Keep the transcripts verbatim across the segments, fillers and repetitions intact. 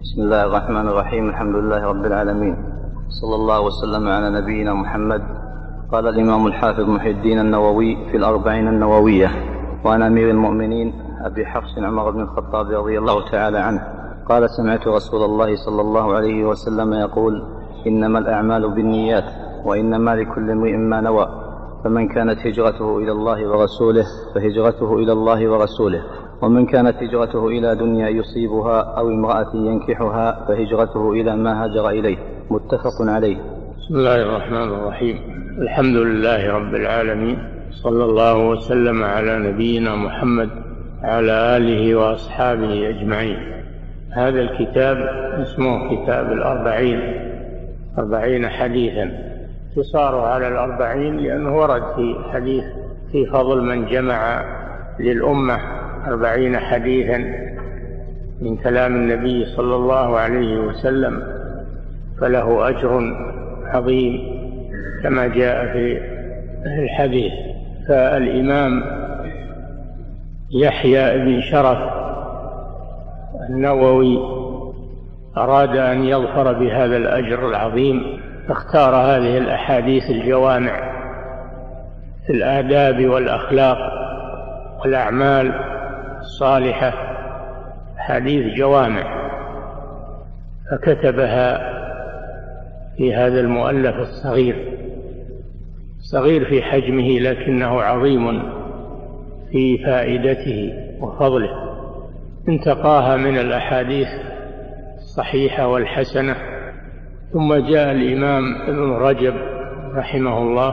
بسم الله الرحمن الرحيم. الحمد لله رب العالمين، صلى الله وسلم على نبينا محمد. قال الإمام الحافظ محي الدين النووي في الأربعين النووية: وعن أمير المؤمنين أبي حفص عمر بن الخطاب رضي الله تعالى عنه قال: سمعت رسول الله صلى الله عليه وسلم يقول: إنما الأعمال بالنيات وإنما لكل امرئ ما نوى، فمن كانت هجرته إلى الله ورسوله فهجرته إلى الله ورسوله، ومن كانت هجرته إلى دنيا يصيبها أو امرأة ينكحها فهجرته إلى ما هاجر إليه. متفق عليه. بسم الله الرحمن الرحيم. الحمد لله رب العالمين، صلى الله وسلم على نبينا محمد على آله وأصحابه أجمعين. هذا الكتاب اسمه كتاب الأربعين، أربعين حديثا، اختصاره على الأربعين لأنه ورد في حديث في فضل من جمع للأمة أربعين حديثا من كلام النبي صلى الله عليه وسلم، فله أجر عظيم كما جاء في الحديث. فالإمام يحيى بن شرف النووي أراد أن يظفر بهذا الأجر العظيم، فاختار هذه الأحاديث الجوامع في الآداب والأخلاق والأعمال الصالحة، حديث جوامع، فكتبها في هذا المؤلف الصغير، صغير في حجمه لكنه عظيم في فائدته وفضله. انتقاها من الأحاديث الصحيحة والحسنة. ثم جاء الإمام ابن رجب رحمه الله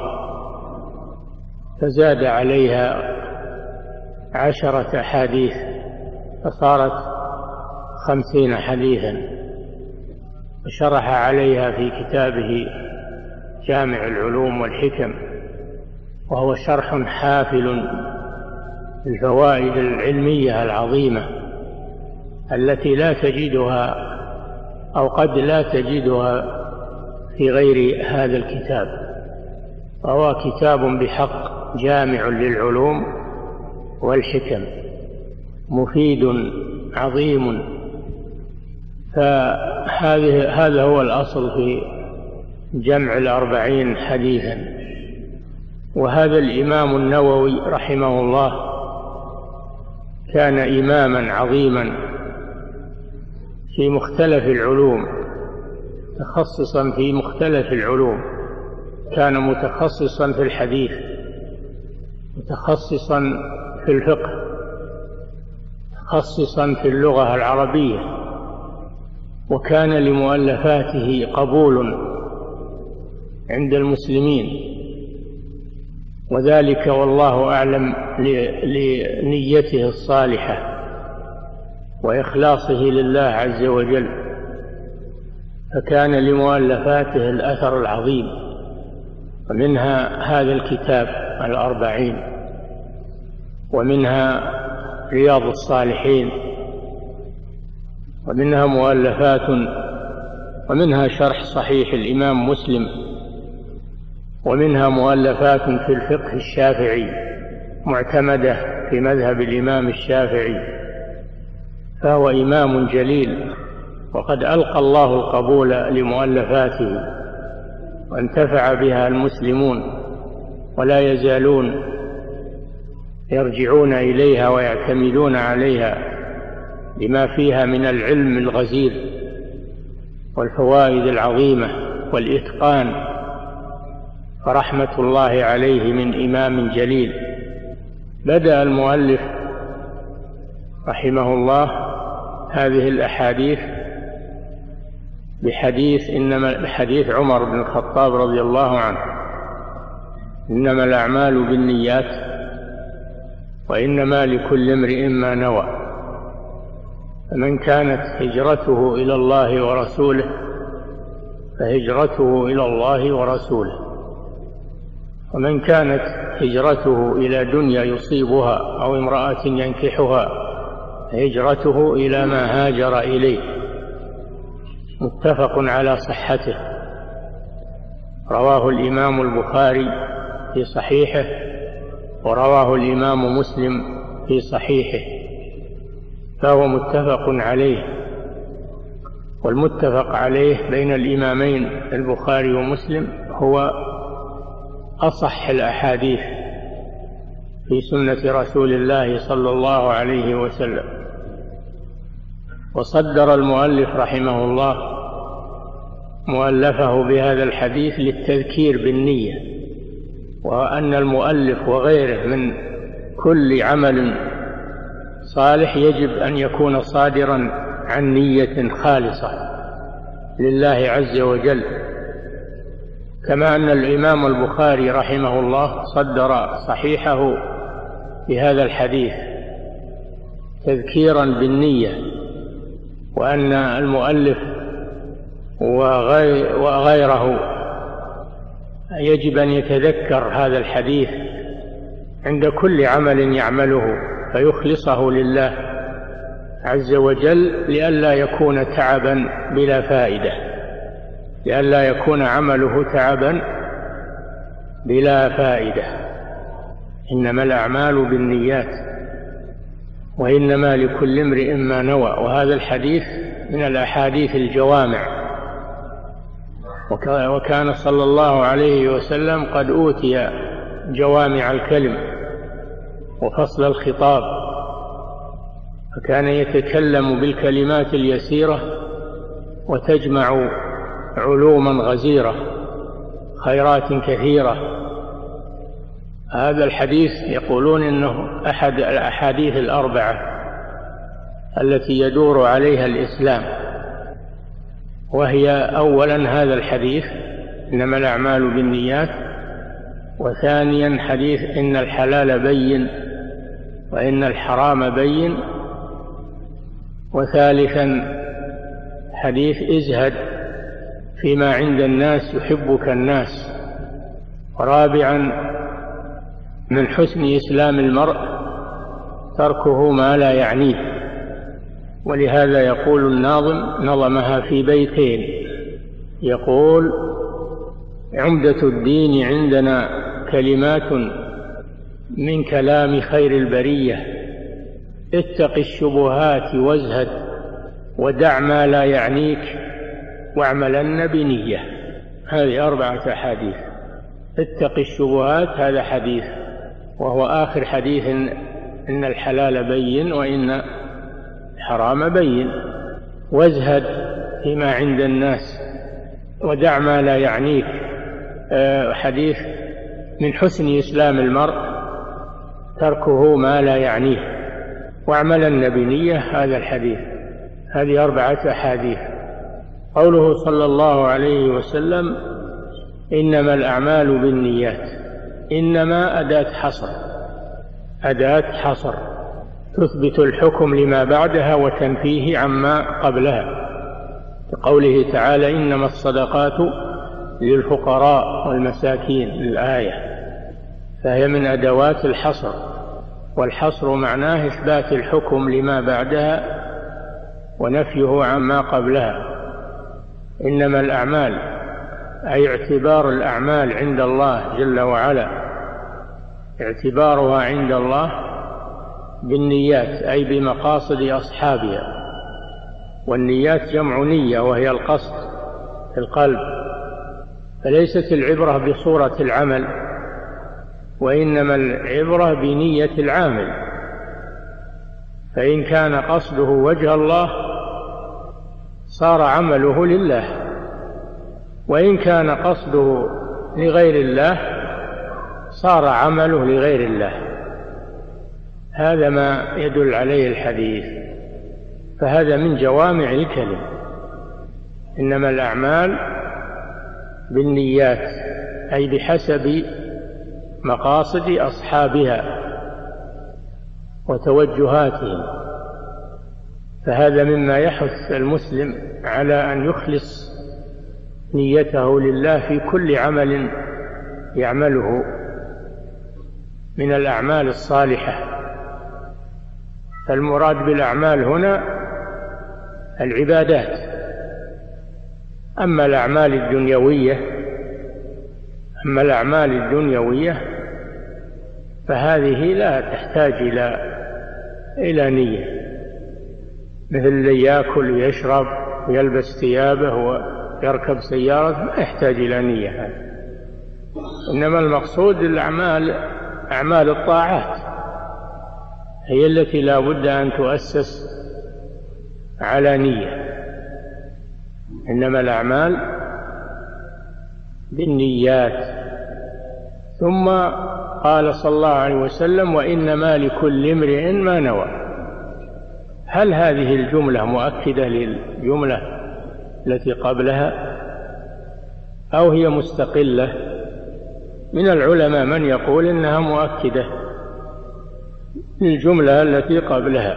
فزاد عليها عشرة أحاديث فصارت خمسين حديثا، وشرح عليها في كتابه جامع العلوم والحكم، وهو شرح حافل بالفوائد العلمية العظيمة التي لا تجدها أو قد لا تجدها في غير هذا الكتاب. وهو كتاب بحق جامع للعلوم والحكم، مفيد عظيم. فهذه هذا هو الأصل في جمع الأربعين حديثا. وهذا الإمام النووي رحمه الله كان إماما عظيما في مختلف العلوم، تخصصا في مختلف العلوم. كان متخصصا في الحديث، متخصصا في الفقه، متخصصا في اللغة العربية، وكان لمؤلفاته قبول عند المسلمين، وذلك والله أعلم لنيته الصالحة وإخلاصه لله عز وجل. فكان لمؤلفاته الأثر العظيم، ومنها هذا الكتاب الأربعين، ومنها رياض الصالحين، ومنها مؤلفات، ومنها شرح صحيح الإمام مسلم، ومنها مؤلفات في الفقه الشافعي معتمدة في مذهب الإمام الشافعي. فهو إمام جليل، وقد ألقى الله القبول لمؤلفاته وانتفع بها المسلمون، ولا يزالون يرجعون إليها ويعتمدون عليها لما فيها من العلم الغزير والفوائد العظيمة والإتقان. فرحمة الله عليه من إمام جليل. بدأ المؤلف رحمه الله هذه الأحاديث بحديث إنما بحديث عمر بن الخطاب رضي الله عنه: إنما الأعمال بالنيات وإنما لكل امرئ ما نوى، فمن كانت هجرته إلى الله ورسوله فهجرته إلى الله ورسوله، ومن كانت هجرته إلى دنيا يصيبها أو امرأة ينكحها فهجرته إلى ما هاجر إليه. متفق على صحته. رواه الإمام البخاري في صحيحه، ورواه الإمام مسلم في صحيحه، فهو متفق عليه. والمتفق عليه بين الإمامين البخاري ومسلم هو أصح الأحاديث في سنة رسول الله صلى الله عليه وسلم. وصدر المؤلف رحمه الله مؤلفه بهذا الحديث للتذكير بالنية، وأن المؤلف وغيره من كل عمل صالح يجب أن يكون صادرا عن نية خالصة لله عز وجل، كما أن الإمام البخاري رحمه الله صدر صحيحه بهذا الحديث تذكيرا بالنية، وأن المؤلف وغيره يجب أن يتذكر هذا الحديث عند كل عمل يعمله فيخلصه لله عز وجل، لئلا يكون تعبا بلا فائدة، لئلا يكون عمله تعبا بلا فائدة. إنما الأعمال بالنيات وإنما لكل امرئ ما نوى. وهذا الحديث من الأحاديث الجوامع، وكان صلى الله عليه وسلم قد أوتي جوامع الكلم وفصل الخطاب، فكان يتكلم بالكلمات اليسيرة وتجمع علوما غزيرة خيرات كثيرة. هذا الحديث يقولون إنه أحد الأحاديث الأربعة التي يدور عليها الإسلام، وهي أولا هذا الحديث إنما الأعمال بالنيات، وثانيا حديث إن الحلال بين وإن الحرام بين، وثالثا حديث ازهد فيما عند الناس يحبك الناس، ورابعا من حسن إسلام المرء تركه ما لا يعنيه. ولهذا يقول الناظم نظمها في بيتين، يقول عمدة الدين عندنا كلمات من كلام خير البرية، اتق الشبهات وازهد ودع ما لا يعنيك واعملن بنية. هذه أربعة أحاديث. اتق الشبهات هذا حديث، وهو آخر حديث إن الحلال بين وإن الحرام بين. وازهد فيما عند الناس ودع ما لا يعنيك، حديث من حسن إسلام المرء تركه ما لا يعنيه واعملن بنية. هذا الحديث. هذه أربعة أحاديث. قوله صلى الله عليه وسلم إنما الأعمال بالنيات، إنما أداة حصر، أداة حصر تثبت الحكم لما بعدها وتنفيه عما قبلها، كقوله تعالى إنما الصدقات للفقراء والمساكين الآية، فهي من أدوات الحصر، والحصر معناه إثبات الحكم لما بعدها ونفيه عما قبلها. إنما الأعمال أي اعتبار الأعمال عند الله جل وعلا، اعتبارها عند الله بالنيات أي بمقاصد أصحابها، والنيات جمع نية وهي القصد في القلب، فليست العبرة بصورة العمل، وإنما العبرة بنية العامل. فإن كان قصده وجه الله صار عمله لله، وإن كان قصده لغير الله صار عمله لغير الله. هذا ما يدل عليه الحديث، فهذا من جوامع الكلم. إنما الأعمال بالنيات أي بحسب مقاصد أصحابها وتوجهاتهم، فهذا مما يحث المسلم على أن يخلص نيته لله في كل عمل يعمله من الأعمال الصالحة. فالمراد بالأعمال هنا العبادات. أما الأعمال الدنيوية أما الأعمال الدنيوية فهذه لا تحتاج إلى إلى نية، مثل اللي يأكل ويشرب ويلبس ثيابه ويركب سيارة ما يحتاج إلى نية هذا. إنما المقصود الأعمال، أعمال الطاعات هي التي لا بد أن تؤسس على نية. إنما الأعمال بالنيات. ثم قال صلى الله عليه وسلم: وإنما لكل امرئ ما نوى. هل هذه الجملة مؤكدة للجملة التي قبلها أو هي مستقلة؟ من العلماء من يقول إنها مؤكدة للجملة التي قبلها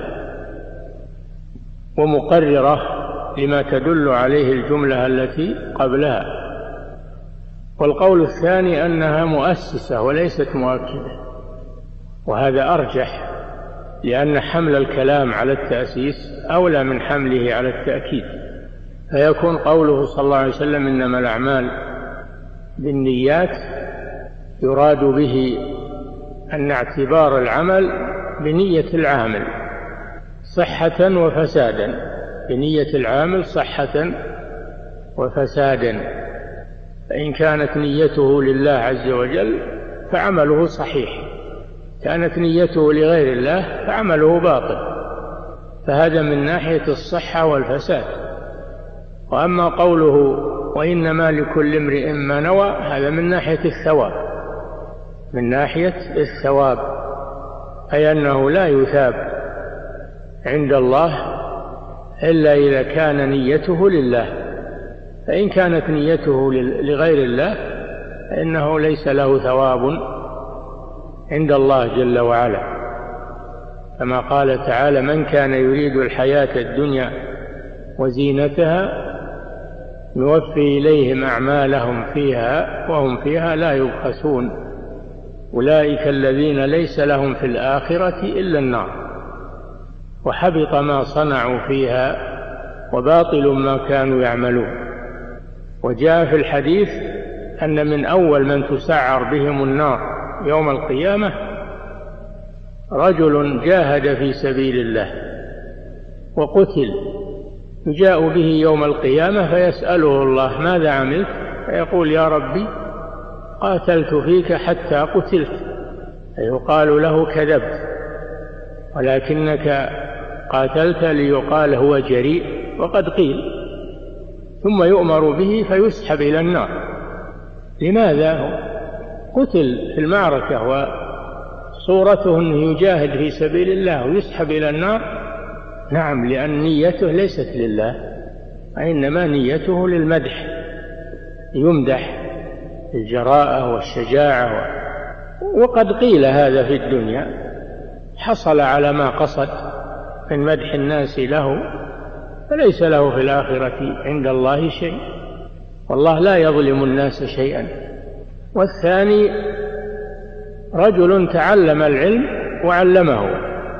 ومقررة لما تدل عليه الجملة التي قبلها، والقول الثاني أنها مؤسسة وليست مؤكدة، وهذا أرجح، لأن حمل الكلام على التأسيس أولى من حمله على التأكيد. فيكون قوله صلى الله عليه وسلم: إنما الأعمال بالنيات، يراد به أن اعتبار العمل بنية العامل صحة وفسادا، بنية العامل صحة وفسادا. فإن كانت نيته لله عز وجل فعمله صحيح، كانت نيته لغير الله فعمله باطل. فهذا من ناحية الصحة والفساد. وأما قوله: وإنما لكل امرئ ما نوى، هذا من ناحية الثواب، من ناحية الثواب، أي أنه لا يثاب عند الله إلا إذا كان نيته لله. فإن كانت نيته لغير الله فإنه ليس له ثواب عند الله جل وعلا، كما قال تعالى: من كان يريد الحياة الدنيا وزينتها نوفي إليهم أعمالهم فيها وهم فيها لا يبخسون، أولئك الذين ليس لهم في الآخرة إلا النار وحبط ما صنعوا فيها وباطل ما كانوا يعملون. وجاء في الحديث أن من أول من تسعر بهم النار يوم القيامة رجل جاهد في سبيل الله وقتل، يجاء به يوم القيامة فيسأله الله: ماذا عملت؟ فيقول: يا ربي قاتلت فيك حتى قتلت. فيقال له: كذبت، ولكنك قاتلت ليقال هو جريء وقد قيل. ثم يؤمر به فيسحب إلى النار. لماذا؟ قتل في المعركة وصورته أنه يجاهد في سبيل الله ويسحب إلى النار. نعم، لأن نيته ليست لله، وإنما نيته للمدح، يمدح الجراءة والشجاعة. وقد قيل هذا في الدنيا، حصل على ما قصد من مدح الناس له، فليس له في الآخرة عند الله شيء، والله لا يظلم الناس شيئا. والثاني رجل تعلم العلم وعلمه،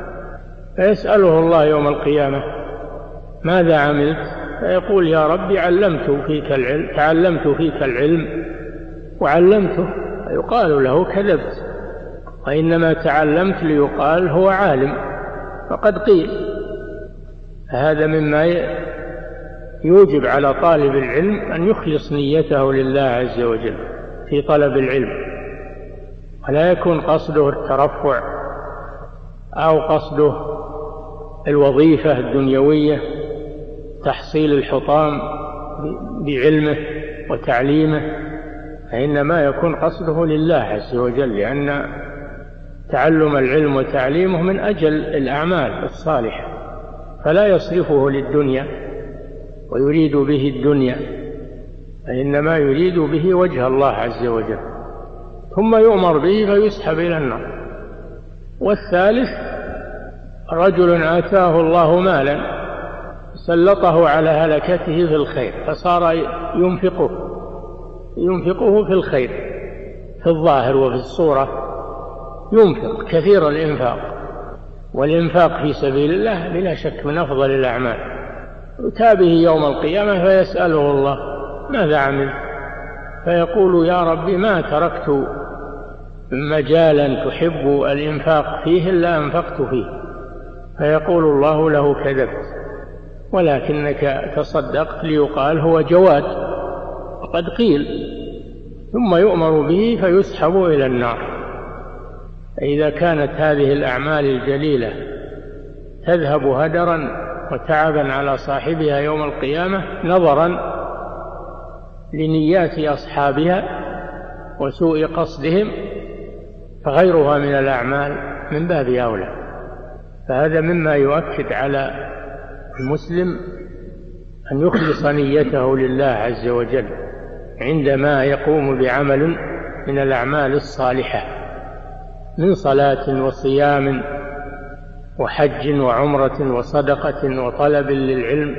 فيسأله الله يوم القيامة: ماذا عملت؟ فيقول: يا ربي علمت فيك العلم، تعلمت فيك العلم وعلمته. فيقال له: كذبت، وإنما تعلمت ليقال هو عالم فقد قيل. هذا مما يوجب على طالب العلم أن يخلص نيته لله عز وجل في طلب العلم، ولا يكون قصده الترفع أو قصده الوظيفة الدنيوية، تحصيل الحطام بعلمه وتعليمه، فإنما يكون قصده لله عز وجل، لأن تعلم العلم وتعليمه من أجل الأعمال الصالحة، فلا يصرفه للدنيا ويريد به الدنيا، فإنما يريد به وجه الله عز وجل. ثم يؤمر به فيسحب إلى النار. والثالث رجل آتاه الله مالا سلطه على هلكته في الخير، فصار ينفقه ينفقه في الخير في الظاهر وفي الصورة، ينفق كثير الإنفاق، والإنفاق في سبيل الله بلا شك من أفضل الأعمال. يؤتى به يوم القيامة فيسأله الله: ماذا عملت؟ فيقول: يا ربي ما تركت مجالا تحب الإنفاق فيه إلا أنفقت فيه. فيقول الله له: كذبت، ولكنك تصدقت ليقال هو جواد، وقد قيل، ثم يؤمر به فيسحب إلى النار. فإذا كانت هذه الأعمال الجليلة تذهب هدرا وتعبا على صاحبها يوم القيامة نظرا لنيات أصحابها وسوء قصدهم، فغيرها من الأعمال من باب أولى. فهذا مما يؤكد على المسلم أن يخلص نيته لله عز وجل عندما يقوم بعمل من الأعمال الصالحة من صلاة وصيام وحج وعمرة وصدقة وطلب للعلم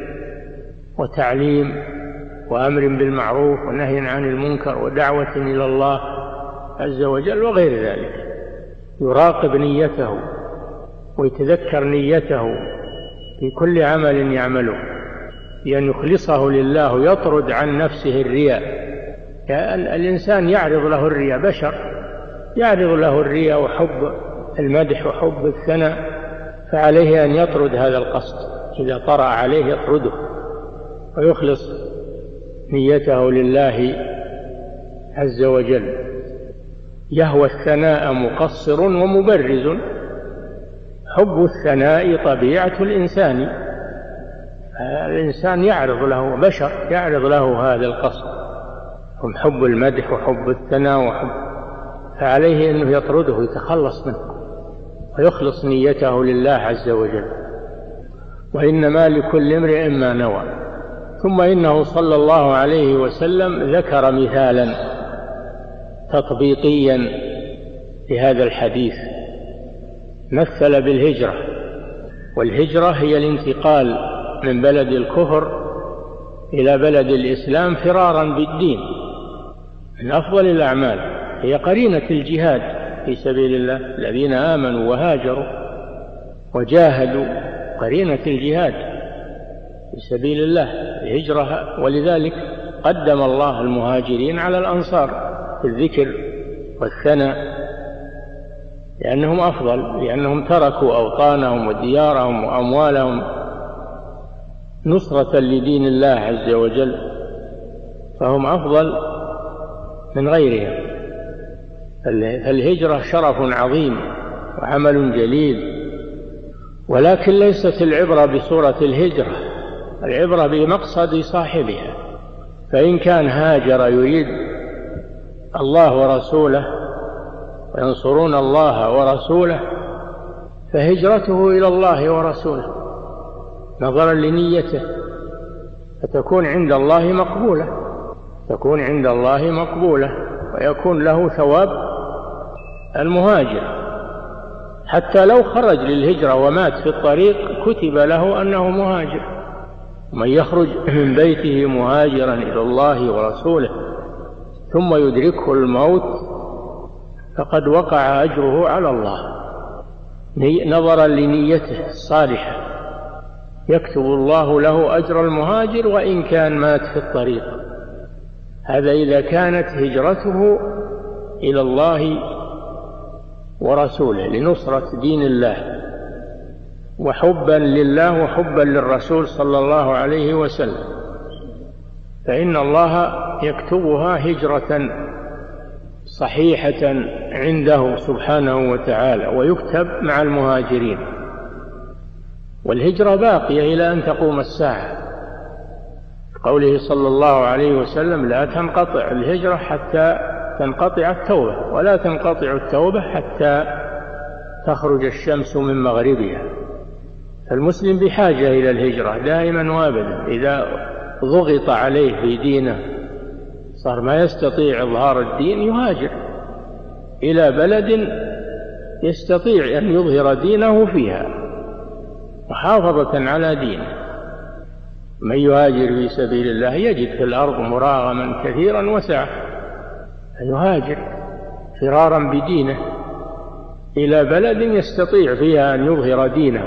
وتعليم وأمر بالمعروف ونهي عن المنكر ودعوة إلى الله عز وجل وغير ذلك. يراقب نيته ويتذكر نيته في كل عمل يعمله بأن يخلصه لله، يطرد عن نفسه الرياء. يعني الإنسان يعرض له الرياء، بشر يعرض له الرياء وحب المدح وحب الثناء، فعليه أن يطرد هذا القصد، إذا طرأ عليه يطرده ويخلص نيته لله عز وجل. يهوى الثناء مقصر ومبرز، حب الثناء طبيعة الإنسان، الإنسان يعرض له، بشر يعرض له هذا القصد، هم حب المدح وحب الثناء وحب، فعليه أنه يطرده ويتخلص منه ويخلص نيته لله عز وجل. وإنما لكل امرئ ما نوى. ثم إنه صلى الله عليه وسلم ذكر مثالا تطبيقيا لهذا الحديث، مثل بالهجرة، والهجرة هي الانتقال من بلد الكفر إلى بلد الإسلام فرارا بالدين، من أفضل الأعمال، هي قرينة الجهاد في سبيل الله. الذين آمنوا وهاجروا وجاهدوا قرينة الجهاد في سبيل الله الهجرة، ولذلك قدم الله المهاجرين على الأنصار في الذكر والثناء، لأنهم أفضل، لأنهم تركوا أوطانهم وديارهم وأموالهم نصرة لدين الله عز وجل، فهم أفضل من غيرهم. فالهجرة شرف عظيم وعمل جليل، ولكن ليست العبرة بصورة الهجرة، العبرة بمقصد صاحبها. فإن كان هاجر يريد الله ورسوله وينصرون الله ورسوله فهجرته إلى الله ورسوله نظرا لنيته، فتكون عند الله مقبولة، تكون عند الله مقبولة ويكون له ثواب المهاجر. حتى لو خرج للهجرة ومات في الطريق كتب له أنه مهاجر. من يخرج من بيته مهاجرا إلى الله ورسوله ثم يدركه الموت فقد وقع أجره على الله نظرا لنيته الصالحة، يكتب الله له أجر المهاجر وإن كان مات في الطريق. هذا إذا كانت هجرته إلى الله ورسوله لنصرة دين الله وحبا لله وحبا للرسول صلى الله عليه وسلم، فإن الله يكتبها هجرة صحيحة عنده سبحانه وتعالى، ويكتب مع المهاجرين. والهجرة باقية إلى أن تقوم الساعة، قوله صلى الله عليه وسلم: لا تنقطع الهجرة حتى تنقطع التوبة، ولا تنقطع التوبة حتى تخرج الشمس من مغربها. فالمسلم بحاجة إلى الهجرة دائما وابدا. إذا ضغط عليه في دينه صار ما يستطيع إظهار الدين يهاجر إلى بلد يستطيع أن يظهر دينه فيها محافظة على دينه. من يهاجر في سبيل الله يجد في الأرض مراغما كثيرا وسعة، يهاجر فرارا بدينه إلى بلد يستطيع فيها أن يظهر دينه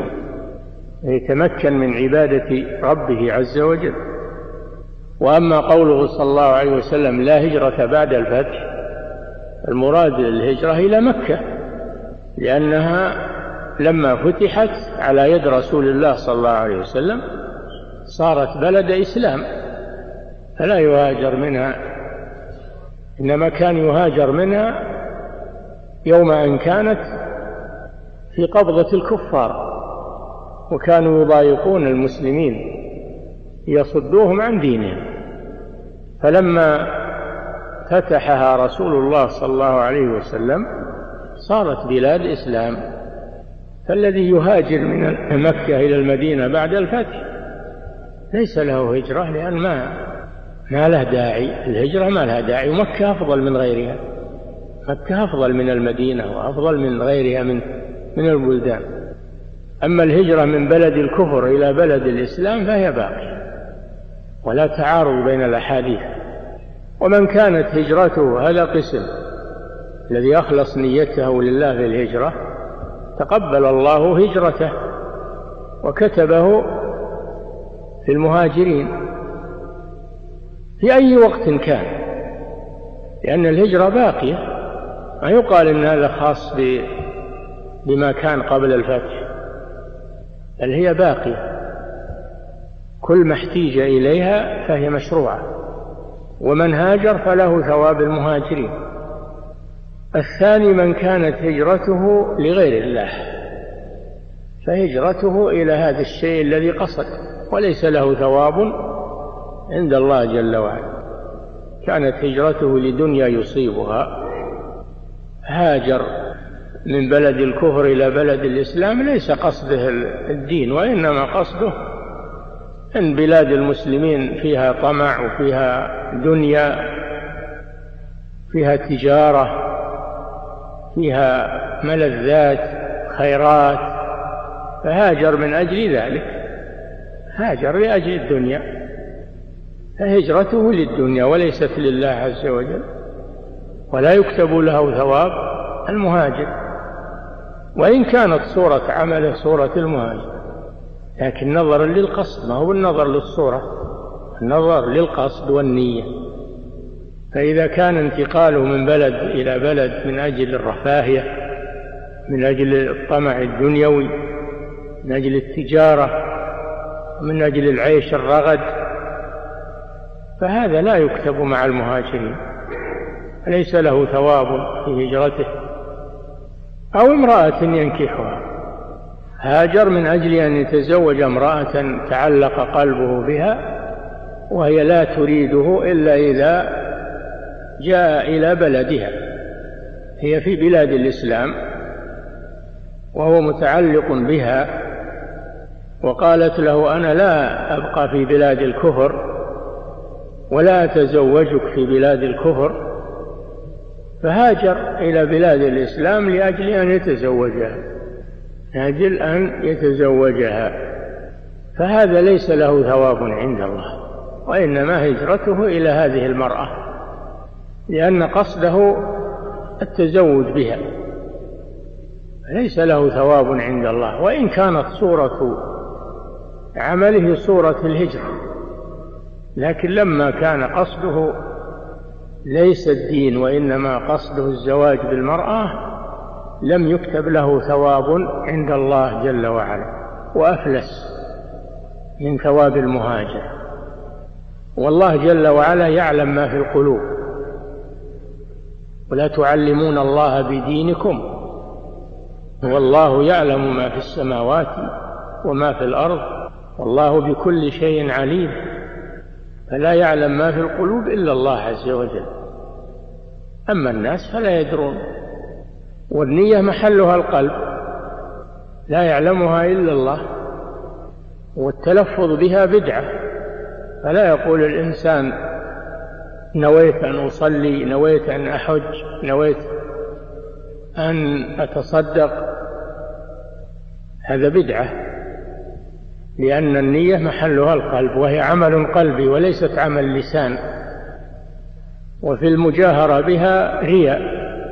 يتمكن من عبادة ربه عز وجل. وأما قوله صلى الله عليه وسلم: لا هجرة بعد الفتح، المراد الهجرة إلى مكة، لأنها لما فتحت على يد رسول الله صلى الله عليه وسلم صارت بلد إسلام فلا يهاجر منها، إنما كان يهاجر منها يوم أن كانت في قبضة الكفار، وكانوا يضايقون المسلمين يصدوهم عن دينهم. فلما فتحها رسول الله صلى الله عليه وسلم صارت بلاد إسلام. فالذي يهاجر من مكة إلى المدينة بعد الفتح ليس له هجرة، لأن ما ما له داعي، الهجرة ما لها داعي، ومكة أفضل من غيرها، مكة أفضل من المدينة وأفضل من غيرها من من البلدان. أما الهجرة من بلد الكفر إلى بلد الإسلام فهي باقية، ولا تعارض بين الأحاديث. ومن كانت هجرته، هذا قسم الذي أخلص نيته لله في الهجرة تقبل الله هجرته وكتبه في المهاجرين في أي وقت كان، لأن الهجرة باقية، ما يقال إن هذا خاص بما كان قبل الفتح، بل هي باقية، كل ما احتيج إليها فهي مشروعة. ومن هاجر فله ثواب المهاجرين. الثاني من كانت هجرته لغير الله فهجرته إلى هذا الشيء الذي قصد وليس له ثواب عند الله جل وعلا. كانت هجرته لدنيا يصيبها، هاجر من بلد الكفر إلى بلد الإسلام، ليس قصده الدين، وإنما قصده أن بلاد المسلمين فيها طمع وفيها دنيا، فيها تجارة، فيها ملذات خيرات، فهاجر من أجل ذلك، هاجر لأجل الدنيا، فهجرته للدنيا وليست لله عز وجل، ولا يكتب له ثواب المهاجر، وإن كانت صورة عمله صورة المهاجر، لكن نظرا للقصد، ما هو النظر للصورة، النظر للقصد والنية. فإذا كان انتقاله من بلد إلى بلد من أجل الرفاهية، من أجل الطمع الدنيوي، من أجل التجارة، من أجل العيش الرغد، فهذا لا يكتب مع المهاجرين، ليس له ثواب في هجرته. أو امرأة ينكحها، هاجر من أجل أن يتزوج امرأة تعلق قلبه بها وهي لا تريده إلا إذا جاء إلى بلدها، هي في بلاد الإسلام وهو متعلق بها، وقالت له أنا لا أبقى في بلاد الكفر ولا أتزوجك في بلاد الكفر، فهاجر إلى بلاد الإسلام لأجل أن يتزوجها، لأجل أن يتزوجها، فهذا ليس له ثواب عند الله، وإنما هجرته إلى هذه المرأة لأن قصده التزوج بها، ليس له ثواب عند الله، وإن كانت صورة عمله صورة الهجرة، لكن لما كان قصده ليس الدين وإنما قصده الزواج بالمرأة لم يكتب له ثواب عند الله جل وعلا، وأفلس من ثواب المهاجر. والله جل وعلا يعلم ما في القلوب، ولا تعلمون الله بدينكم والله يعلم ما في السماوات وما في الأرض والله بكل شيء عليم. فلا يعلم ما في القلوب إلا الله عز وجل، أما الناس فلا يدرون. والنية محلها القلب لا يعلمها إلا الله، والتلفظ بها بدعة، فلا يقول الإنسان نويت أن أصلي، نويت أن أحج، نويت أن أتصدق، هذا بدعة، لأن النية محلها القلب وهي عمل قلبي وليست عمل لسان، وفي المجاهرة بها رياء،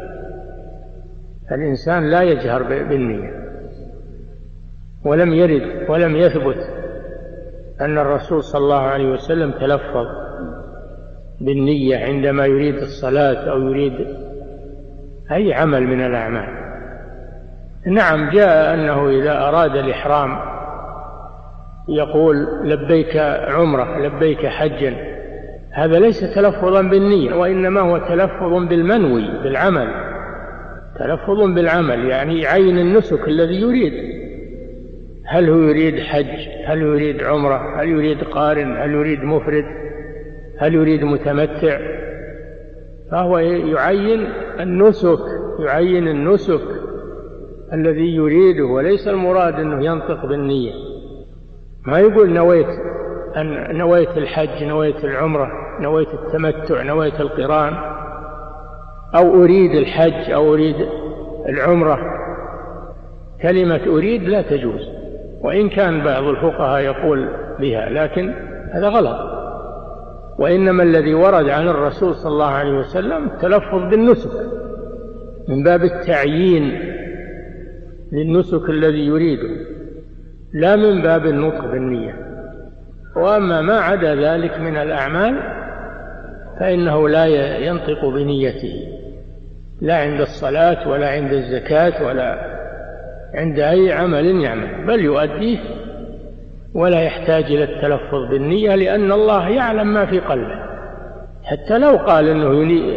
الإنسان لا يجهر بالنية. ولم يرد ولم يثبت أن الرسول صلى الله عليه وسلم تلفظ بالنية عندما يريد الصلاة أو يريد أي عمل من الأعمال. نعم، جاء أنه إذا أراد الإحرام يقول لبيك عمرة لبيك حجا، هذا ليس تلفظا بالنية، وإنما هو تلفظ بالمنوي بالعمل، تلفظ بالعمل، يعني يعين النسك الذي يريد، هل هو يريد حج، هل يريد عمرة، هل يريد قارن، هل يريد مفرد، هل يريد متمتع، فهو يعين النسك، يعين النسك الذي يريده، وليس المراد أنه ينطق بالنية. ما يقول نويت أن نويت الحج، نويت العمرة، نويت التمتع، نويت القران، أو أريد الحج أو أريد العمرة. كلمة أريد لا تجوز، وإن كان بعض الفقهاء يقول بها، لكن هذا غلط. وإنما الذي ورد عن الرسول صلى الله عليه وسلم التلفظ بالنسك من باب التعيين للنسك الذي يريده، لا من باب النطق بالنية. وأما ما عدا ذلك من الأعمال فإنه لا ينطق بنيته، لا عند الصلاة ولا عند الزكاة ولا عند أي عمل يعمل، بل يؤديه ولا يحتاج إلى التلفظ بالنية، لأن الله يعلم ما في قلبه. حتى لو قال أنه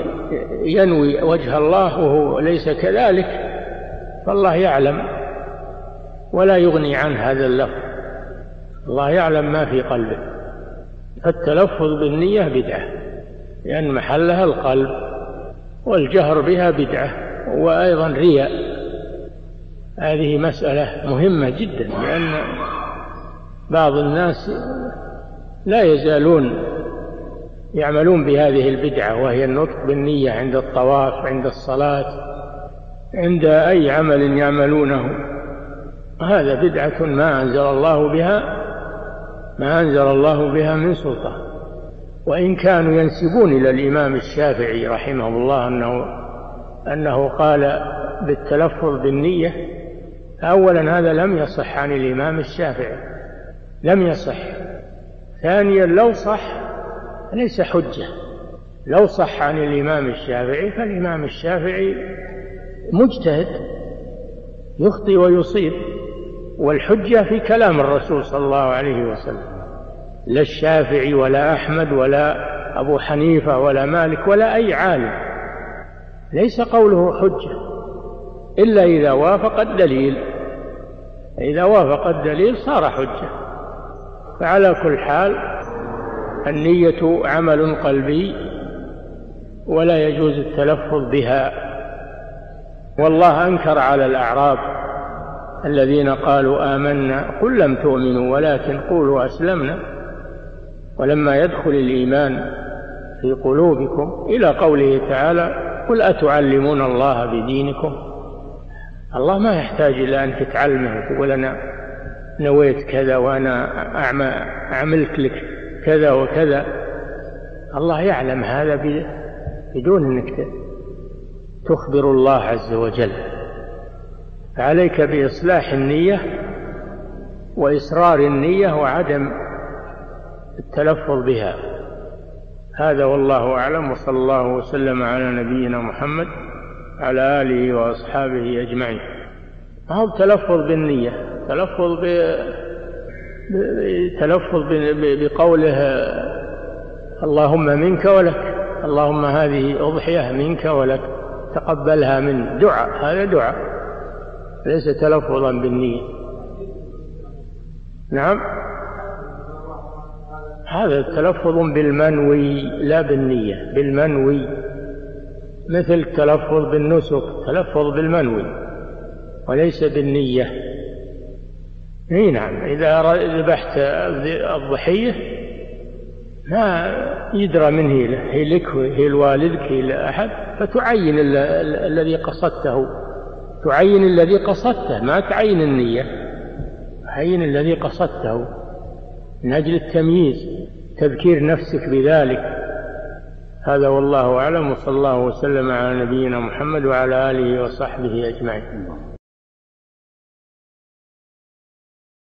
ينوي وجه الله وهو ليس كذلك، فالله يعلم ولا يغني عن هذا اللفظ، الله يعلم ما في قلبه. فالتلفظ بالنية بدعة، لأن محلها القلب، والجهر بها بدعة، وأيضا رياء. هذه مسألة مهمة جدا، لأن بعض الناس لا يزالون يعملون بهذه البدعة، وهي النطق بالنية عند الطواف، عند الصلاة، عند أي عمل يعملونه. هذا بدعة ما أنزل الله بها ما أنزل الله بها من سلطان. وإن كانوا ينسبون إلى الإمام الشافعي رحمه الله أنه أنه قال بالتلفظ بالنية، أولا هذا لم يصح عن الإمام الشافعي، لم يصح. ثانيا لو صح ليس حجة، لو صح عن الإمام الشافعي فالإمام الشافعي مجتهد يخطئ ويصيب، والحجة في كلام الرسول صلى الله عليه وسلم. لا الشافعي ولا أحمد ولا أبو حنيفة ولا مالك ولا أي عالم ليس قوله حجة إلا إذا وافق الدليل، إذا وافق الدليل صار حجة. فعلى كل حال النية عمل قلبي ولا يجوز التلفظ بها. والله أنكر على الأعراب الذين قالوا آمنا قل لم تؤمنوا ولكن قولوا أسلمنا ولما يدخل الإيمان في قلوبكم، إلى قوله تعالى قل أتعلمون الله بدينكم. الله ما يحتاج إلى أن تتعلمه تقول أنا نويت كذا وأنا أعملت لك كذا وكذا، الله يعلم هذا بدون أنك تخبر الله عز وجل. فعليك بإصلاح النية وإسرار النية وعدم التلفظ بها. هذا والله أعلم، وصلى الله وسلم على نبينا محمد على آله وأصحابه أجمعين. هو تلفظ بالنية، تلفظ ب... تلفظ بقوله اللهم منك ولك، اللهم هذه أضحية منك ولك تقبلها من دعاء، هذا دعاء ليس تلفظا بالنية. نعم، هذا تلفظ بالمنوي لا بالنية، بالمنوي، مثل التلفظ بالنسك، تلفظ بالمنوي وليس بالنية. اي نعم، إذا ذبحت الضحية ما يدرى من هي، هي لك هي لوالدك هي لأحد، فتعين الذي قصدته، تعين الذي قصدته، ما تعين النية، تعين الذي قصدته من أجل التمييز، تذكير نفسك بذلك. هذا والله أعلم، وصلى الله وسلم على نبينا محمد وعلى آله وصحبه أجمعين.